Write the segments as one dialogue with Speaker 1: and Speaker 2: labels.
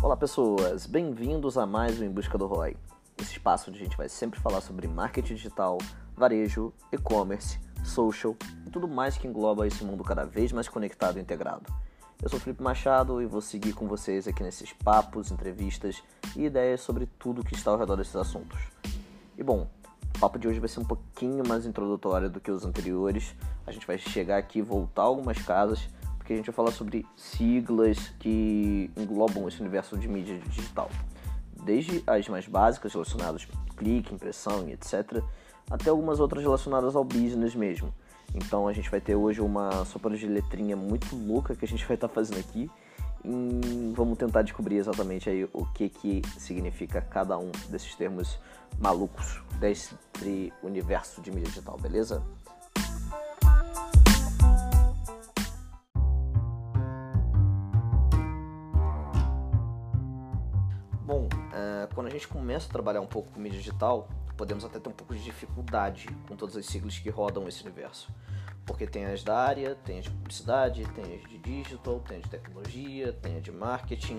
Speaker 1: Olá pessoas, bem-vindos a mais um Em Busca do ROI. Esse espaço onde a gente vai sempre falar sobre marketing digital, varejo, e-commerce, social e tudo mais que engloba esse mundo cada vez mais conectado e integrado. Eu sou Felipe Machado e vou seguir com vocês aqui nesses papos, entrevistas e ideias sobre tudo que está ao redor desses assuntos. E bom, o papo de hoje vai ser um pouquinho mais introdutório do que os anteriores. A gente vai chegar aqui e voltar algumas casas, porque a gente vai falar sobre siglas que englobam esse universo de mídia digital. Desde as mais básicas relacionadas a clique, impressão e etc., até algumas outras relacionadas ao business mesmo. Então a gente vai ter hoje uma sopa de letrinha muito louca que a gente vai estar fazendo aqui e vamos tentar descobrir exatamente aí o que significa cada um desses termos malucos desse universo de mídia digital, beleza? Bom, quando a gente começa a trabalhar um pouco com mídia digital, podemos até ter um pouco de dificuldade com todas as siglas que rodam esse universo. Porque tem as da área, tem as de publicidade, tem as de digital, tem as de tecnologia, tem as de marketing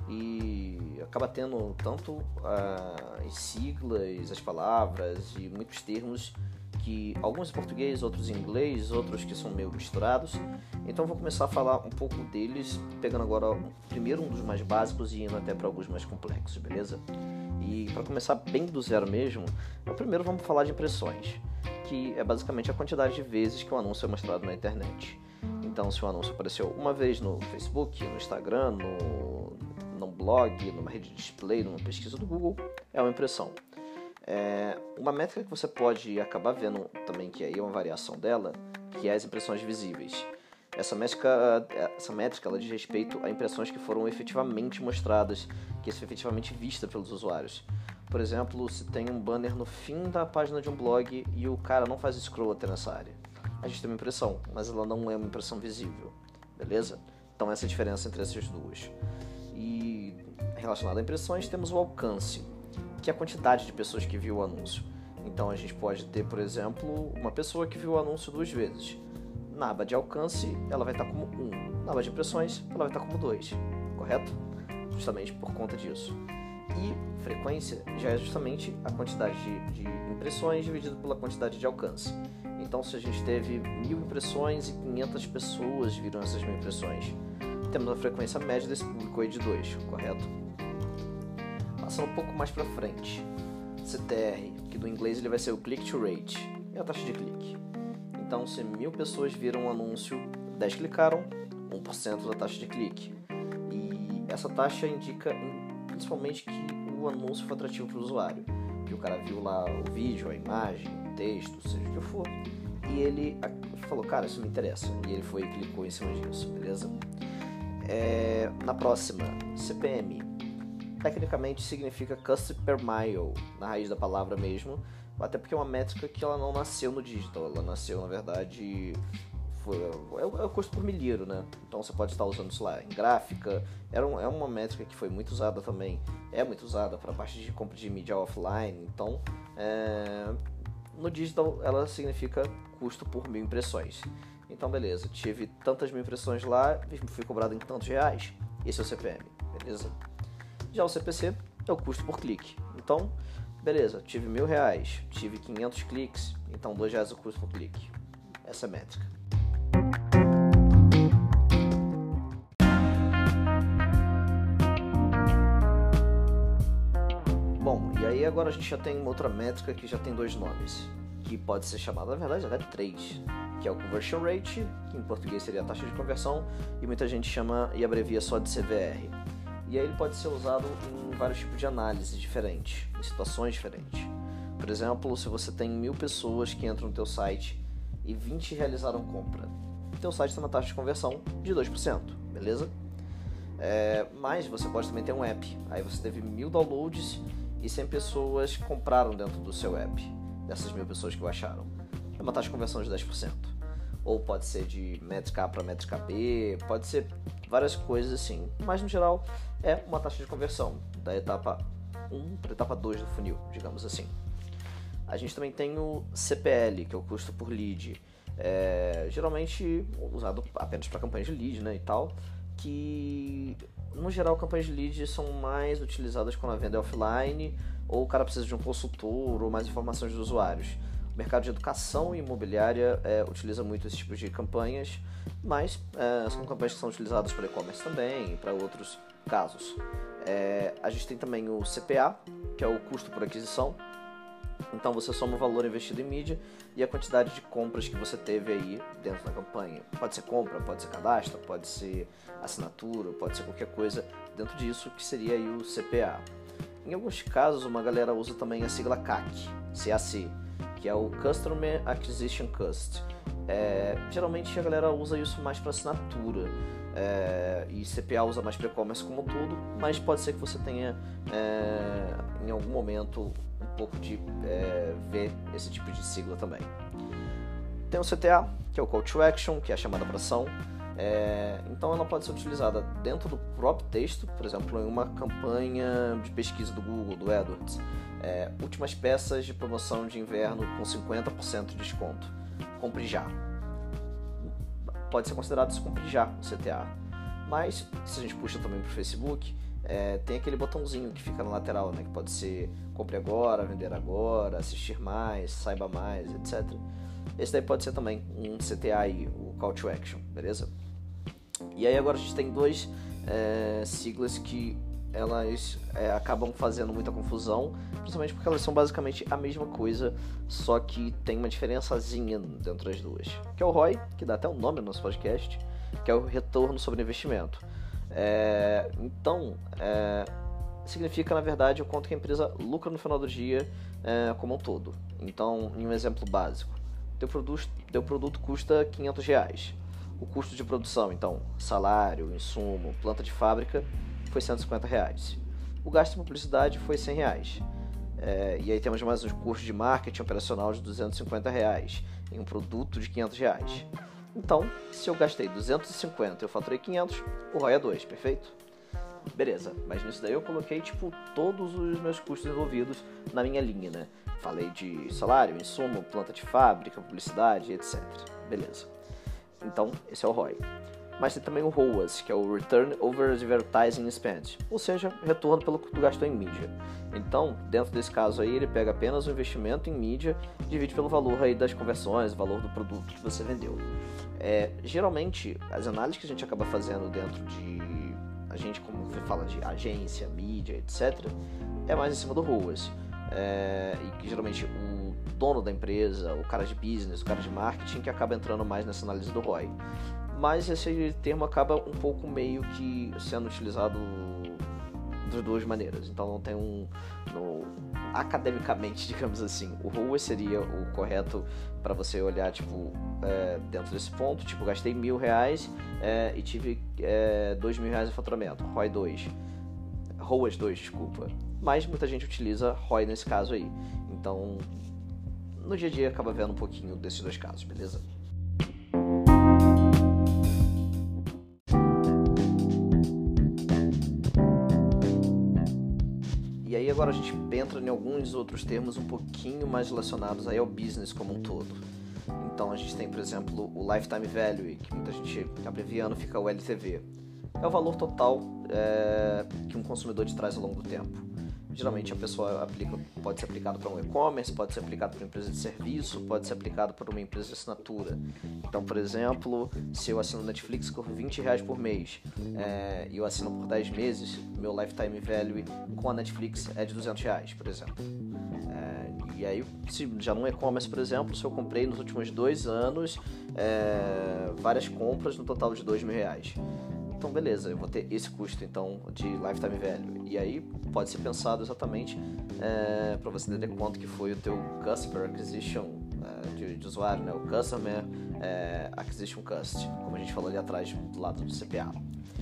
Speaker 1: e acaba tendo tanto as siglas, as palavras e muitos termos que alguns em português, outros em inglês, outros que são meio misturados. Então vou começar a falar um pouco deles, pegando agora primeiro um dos mais básicos e indo até para alguns mais complexos, beleza? E para começar bem do zero mesmo, primeiro vamos falar de impressões, que é basicamente a quantidade de vezes que o anúncio é mostrado na internet. Então se o anúncio apareceu uma vez no Facebook, no Instagram, no blog, numa rede de display, numa pesquisa do Google, é uma impressão. Uma métrica que você pode acabar vendo também, que aí é uma variação dela, que é as impressões visíveis. Essa métrica ela diz respeito a impressões que foram efetivamente mostradas, que foi efetivamente vista pelos usuários. Por exemplo, se tem um banner no fim da página de um blog e o cara não faz scroll até nessa área, a gente tem uma impressão, mas ela não é uma impressão visível, beleza? Então essa é a diferença entre essas duas. E relacionado a impressões, temos o alcance, que é a quantidade de pessoas que viu o anúncio. Então a gente pode ter, por exemplo, uma pessoa que viu o anúncio 2 vezes. Na aba de alcance, ela vai estar como 1. Na aba de impressões, ela vai estar como 2. Correto? Justamente por conta disso. E frequência já é justamente a quantidade de impressões dividida pela quantidade de alcance. Então, se a gente teve 1.000 impressões e 500 pessoas viram essas 1.000 impressões, temos a frequência média desse público aí de 2, correto? Passando um pouco mais para frente, CTR, que do inglês ele vai ser o click to rate, é a taxa de clique. Então, se 1.000 pessoas viram um anúncio, 10 clicaram, 1% da taxa de clique. E essa taxa indica principalmente que o anúncio foi atrativo para o usuário, que o cara viu lá o vídeo, a imagem, o texto, seja o que for, e ele falou, cara, isso me interessa, e ele foi e clicou em cima disso, beleza? Na próxima, CPM, tecnicamente significa Cost Per Mile, na raiz da palavra mesmo, até porque é uma métrica que ela não nasceu no digital, ela nasceu, na verdade, é o custo por milheiro, né? Então você pode estar usando isso lá em gráfica, é uma métrica que foi muito usada também, é muito usada para a parte de compra de mídia offline, então no digital ela significa custo por 1.000 impressões. Então beleza, tive tantas 1.000 impressões lá, fui cobrado em tantos reais, esse é o CPM, beleza? Já o CPC é o custo por clique, então beleza, tive R$1.000, tive 500 cliques, então R$2 é o custo por clique. Essa é a métrica. Bom, e aí agora a gente já tem uma outra métrica que já tem 2 nomes, que pode ser chamada, na verdade, até de 3, que é o Conversion Rate, que em português seria a taxa de conversão, e muita gente chama e abrevia só de CVR. E aí ele pode ser usado em vários tipos de análise diferentes, em situações diferentes. Por exemplo, se você tem 1.000 pessoas que entram no teu site e 20 realizaram compra, o teu site tem uma taxa de conversão de 2%, beleza? Mas você pode também ter um app, aí você teve 1.000 downloads e 100 pessoas compraram dentro do seu app, dessas 1.000 pessoas que baixaram. É uma taxa de conversão de 10%. Ou pode ser de métrica A para métrica B, pode ser várias coisas assim, mas no geral é uma taxa de conversão da etapa 1 para a etapa 2 do funil, digamos assim. A gente também tem o CPL, que é o custo por lead, geralmente usado apenas para campanhas de lead, né, e tal, que no geral, campanhas de lead são mais utilizadas quando a venda é offline, ou o cara precisa de um consultor, ou mais informações dos usuários. O mercado de educação e imobiliária utiliza muito esse tipo de campanhas, mas são campanhas que são utilizadas para e-commerce também e para outros casos. A gente tem também o CPA, que é o custo por aquisição. Então você soma o valor investido em mídia e a quantidade de compras que você teve aí dentro da campanha. Pode ser compra, pode ser cadastro, pode ser assinatura, pode ser qualquer coisa dentro disso, que seria aí o CPA. Em alguns casos, uma galera usa também a sigla CAC, que é o Customer Acquisition Cost. Geralmente a galera usa isso mais para assinatura, e CPA usa mais para e-commerce como tudo, mas pode ser que você tenha em algum momento um pouco de ver esse tipo de sigla também. Tem o CTA, que é o Call to Action, que é a chamada para ação. Então ela pode ser utilizada dentro do próprio texto, por exemplo, em uma campanha de pesquisa do Google, do AdWords. Últimas peças de promoção de inverno com 50% de desconto. Compre já. Pode ser considerado esse compre já, o CTA. Mas, se a gente puxa também para o Facebook, tem aquele botãozinho que fica na lateral, né, que pode ser compre agora, vender agora, assistir mais, saiba mais, etc. Esse daí pode ser também um CTA aí, o Call to Action, beleza? E aí agora a gente tem duas siglas que elas acabam fazendo muita confusão, principalmente porque elas são basicamente a mesma coisa, só que tem uma diferençazinha dentro das duas, que é o ROI, que dá até o nome no nosso podcast, que é o retorno sobre investimento. Então, significa, na verdade, o quanto que a empresa lucra no final do dia como um todo. Então, em um exemplo básico, teu produto custa R$500. O custo de produção, então, salário, insumo, planta de fábrica, foi R$150. O gasto em publicidade foi R$100. E aí temos mais um custo de marketing operacional de R$250 em um produto de R$500. Então, se eu gastei 250 e eu faturei 500, o ROI é 2, perfeito? Beleza, mas nisso daí eu coloquei todos os meus custos envolvidos na minha linha, né? Falei de salário, insumo, planta de fábrica, publicidade, etc. Beleza. Então, esse é o ROI. Mas tem também o ROAS, que é o Return Over Advertising Spend, ou seja, retorno pelo que tu gastou em mídia. Então, dentro desse caso aí, ele pega apenas o investimento em mídia, divide pelo valor aí das conversões, o valor do produto que você vendeu. Geralmente, as análises que a gente acaba fazendo dentro de a gente, como fala de agência, mídia, etc., é mais em cima do ROAS. E que geralmente o dono da empresa, o cara de business, o cara de marketing, que acaba entrando mais nessa análise do ROI. Mas esse termo acaba um pouco meio que sendo utilizado das duas maneiras. Então não tem academicamente, digamos assim, o ROAS seria o correto para você olhar dentro desse ponto, gastei R$1.000 e tive R$2.000 de faturamento, ROI 2, ROAS 2, desculpa. Mas muita gente utiliza ROI nesse caso aí. Então, no dia a dia acaba vendo um pouquinho desses dois casos, beleza? E aí agora a gente entra em alguns outros termos um pouquinho mais relacionados aí ao business como um todo. Então a gente tem, por exemplo, o Lifetime Value, que muita gente abreviando fica o LTV. É o valor total que um consumidor te traz ao longo do tempo. Geralmente a pessoa pode ser aplicado para um e-commerce, pode ser aplicado para uma empresa de serviço, pode ser aplicado para uma empresa de assinatura. Então, por exemplo, se eu assino Netflix por R$20 por mês e eu assino por 10 meses, meu lifetime value com a Netflix é de R$200, por exemplo. E aí, se já num e-commerce, por exemplo, se eu comprei nos últimos 2 anos várias compras no total de R$2.000. Então beleza, eu vou ter esse custo então de lifetime value. E aí pode ser pensado exatamente para você entender quanto que foi o teu customer acquisition de usuário, né? O customer acquisition cost, como a gente falou ali atrás do lado do CPA.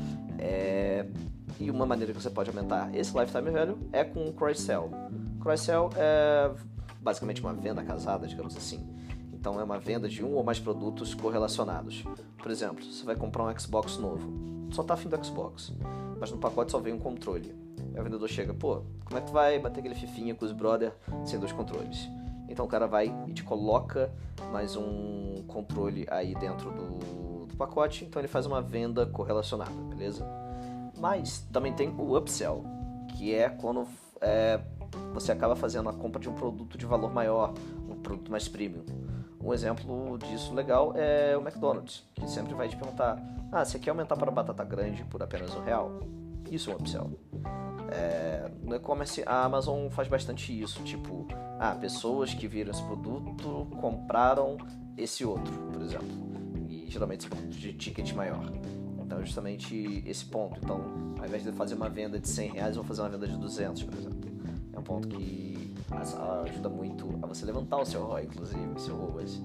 Speaker 1: E uma maneira que você pode aumentar esse lifetime value é com o cross-sell. Cross-sell é basicamente uma venda casada, digamos assim. Então é uma venda de um ou mais produtos correlacionados. Por exemplo, você vai comprar um Xbox novo, só tá afim do Xbox, mas no pacote só vem um controle. Aí o vendedor chega, como é que tu vai bater aquele fifinha com os brother sem 2 controles? Então o cara vai e te coloca mais um controle aí dentro do pacote, então ele faz uma venda correlacionada, beleza? Mas também tem o upsell, que é quando você acaba fazendo a compra de um produto de valor maior, um produto mais premium. Um exemplo disso legal é o McDonald's, que sempre vai te perguntar: você quer aumentar para batata grande por apenas R$1? Isso é um upsell. No e-commerce, a Amazon faz bastante isso, tipo, pessoas que viram esse produto compraram esse outro, por exemplo, e geralmente esse produto de ticket maior. Então é justamente esse ponto. Então, ao invés de fazer uma venda de R$100, eu vou fazer uma venda de 200, por exemplo. É um ponto que ajuda muito a você levantar o seu ROI, inclusive, seu ROAS.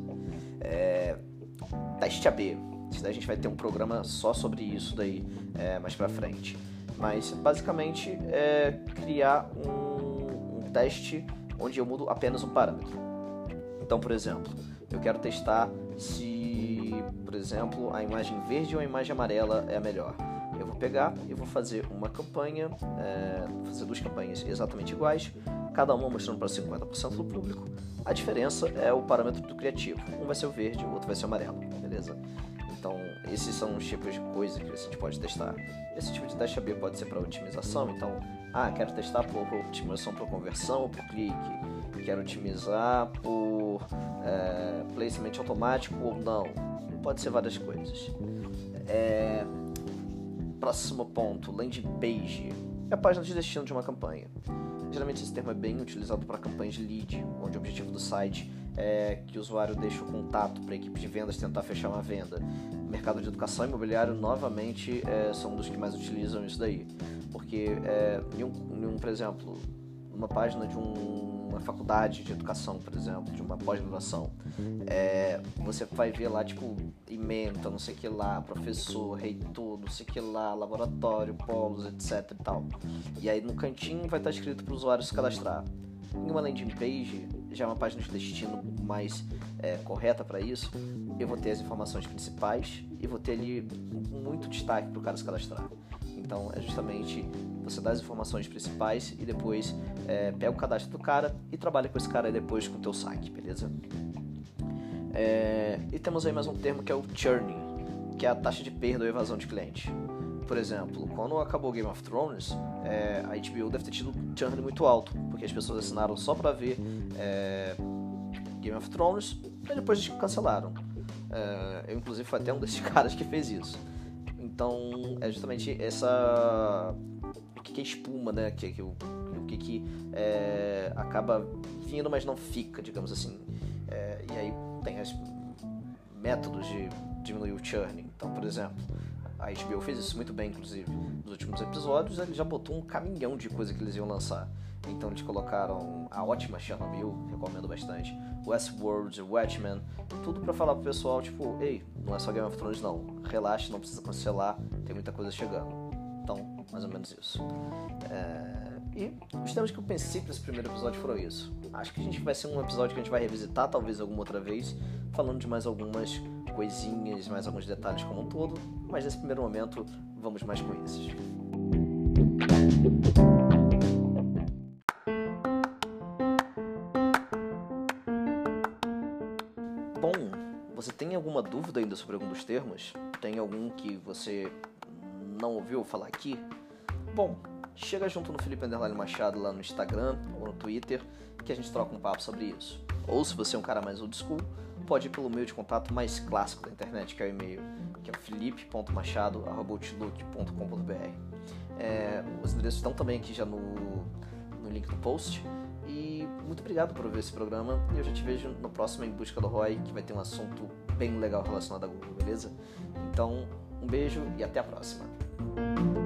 Speaker 1: Teste AB. Isso daí a gente vai ter um programa só sobre isso daí mais pra frente. Mas, basicamente, é criar um teste onde eu mudo apenas um parâmetro. Então, por exemplo, eu quero testar se, por exemplo, a imagem verde ou a imagem amarela é a melhor. Eu vou pegar e vou fazer uma campanha, fazer 2 campanhas exatamente iguais, cada uma mostrando para 50% do público. A diferença é o parâmetro do criativo. Um vai ser o verde, o outro vai ser o amarelo, beleza? Então, esses são os tipos de coisas que a gente pode testar. Esse tipo de teste AB pode ser para otimização. Então, quero testar por otimização por conversão ou por clique. Quero otimizar por placement automático ou não. Pode ser várias coisas. Próximo ponto, landing page. É a página de destino de uma campanha. Geralmente esse termo é bem utilizado para campanhas de lead, onde o objetivo do site é que o usuário deixe o contato para a equipe de vendas tentar fechar uma venda. O mercado de educação imobiliária, novamente, são um dos que mais utilizam isso daí. Porque, por exemplo, uma página de uma faculdade de educação, por exemplo, de uma pós-graduação, você vai ver lá, tipo, ementa, não sei o que lá, professor, reitor, não sei o que lá, laboratório, polos, etc e tal. E aí no cantinho vai estar escrito para o usuário se cadastrar. Em uma landing page, já é uma página de destino mais correta para isso, eu vou ter as informações principais e vou ter ali muito destaque para o cara se cadastrar. Então é justamente você dar as informações principais e depois pega o cadastro do cara e trabalha com esse cara depois com o teu site, beleza? E temos aí mais um termo que é o churning, que é a taxa de perda ou evasão de cliente. Por exemplo, quando acabou Game of Thrones, a HBO deve ter tido um churn muito alto, porque as pessoas assinaram só pra ver Game of Thrones e depois cancelaram. Eu inclusive fui até um desses caras que fez isso. Então é justamente essa... o que é espuma, né? O que acaba vindo, mas não fica, digamos assim. E aí tem os métodos de diminuir o churn. Então, por exemplo, a HBO fez isso muito bem, inclusive. Nos últimos episódios, ele já botou um caminhão de coisa que eles iam lançar. Então, eles colocaram a ótima Chernobyl, recomendo bastante, Westworld, Watchmen, tudo pra falar pro pessoal, tipo, ei, não é só Game of Thrones não, relaxa, não precisa cancelar, tem muita coisa chegando. Então, mais ou menos isso. E os temas que eu pensei para esse primeiro episódio foram isso. Acho que a gente vai ser um episódio que a gente vai revisitar, talvez alguma outra vez, falando de mais algumas coisinhas, mais alguns detalhes como um todo, mas nesse primeiro momento, vamos mais com esses. Bom, você tem alguma dúvida ainda sobre algum dos termos? Tem algum que você não ouviu falar aqui? Bom, chega junto no Felipe Machado lá no Instagram ou no Twitter que a gente troca um papo sobre isso. Ou se você é um cara mais old school, pode ir pelo meio de contato mais clássico da internet, que é o e-mail, que é o felipe.machado@outlook.com.br. Os endereços estão também aqui já no link do post. E muito obrigado por ver esse programa e eu já te vejo no próximo Em Busca do ROI, que vai ter um assunto bem legal relacionado a Google, beleza? Então, um beijo e até a próxima.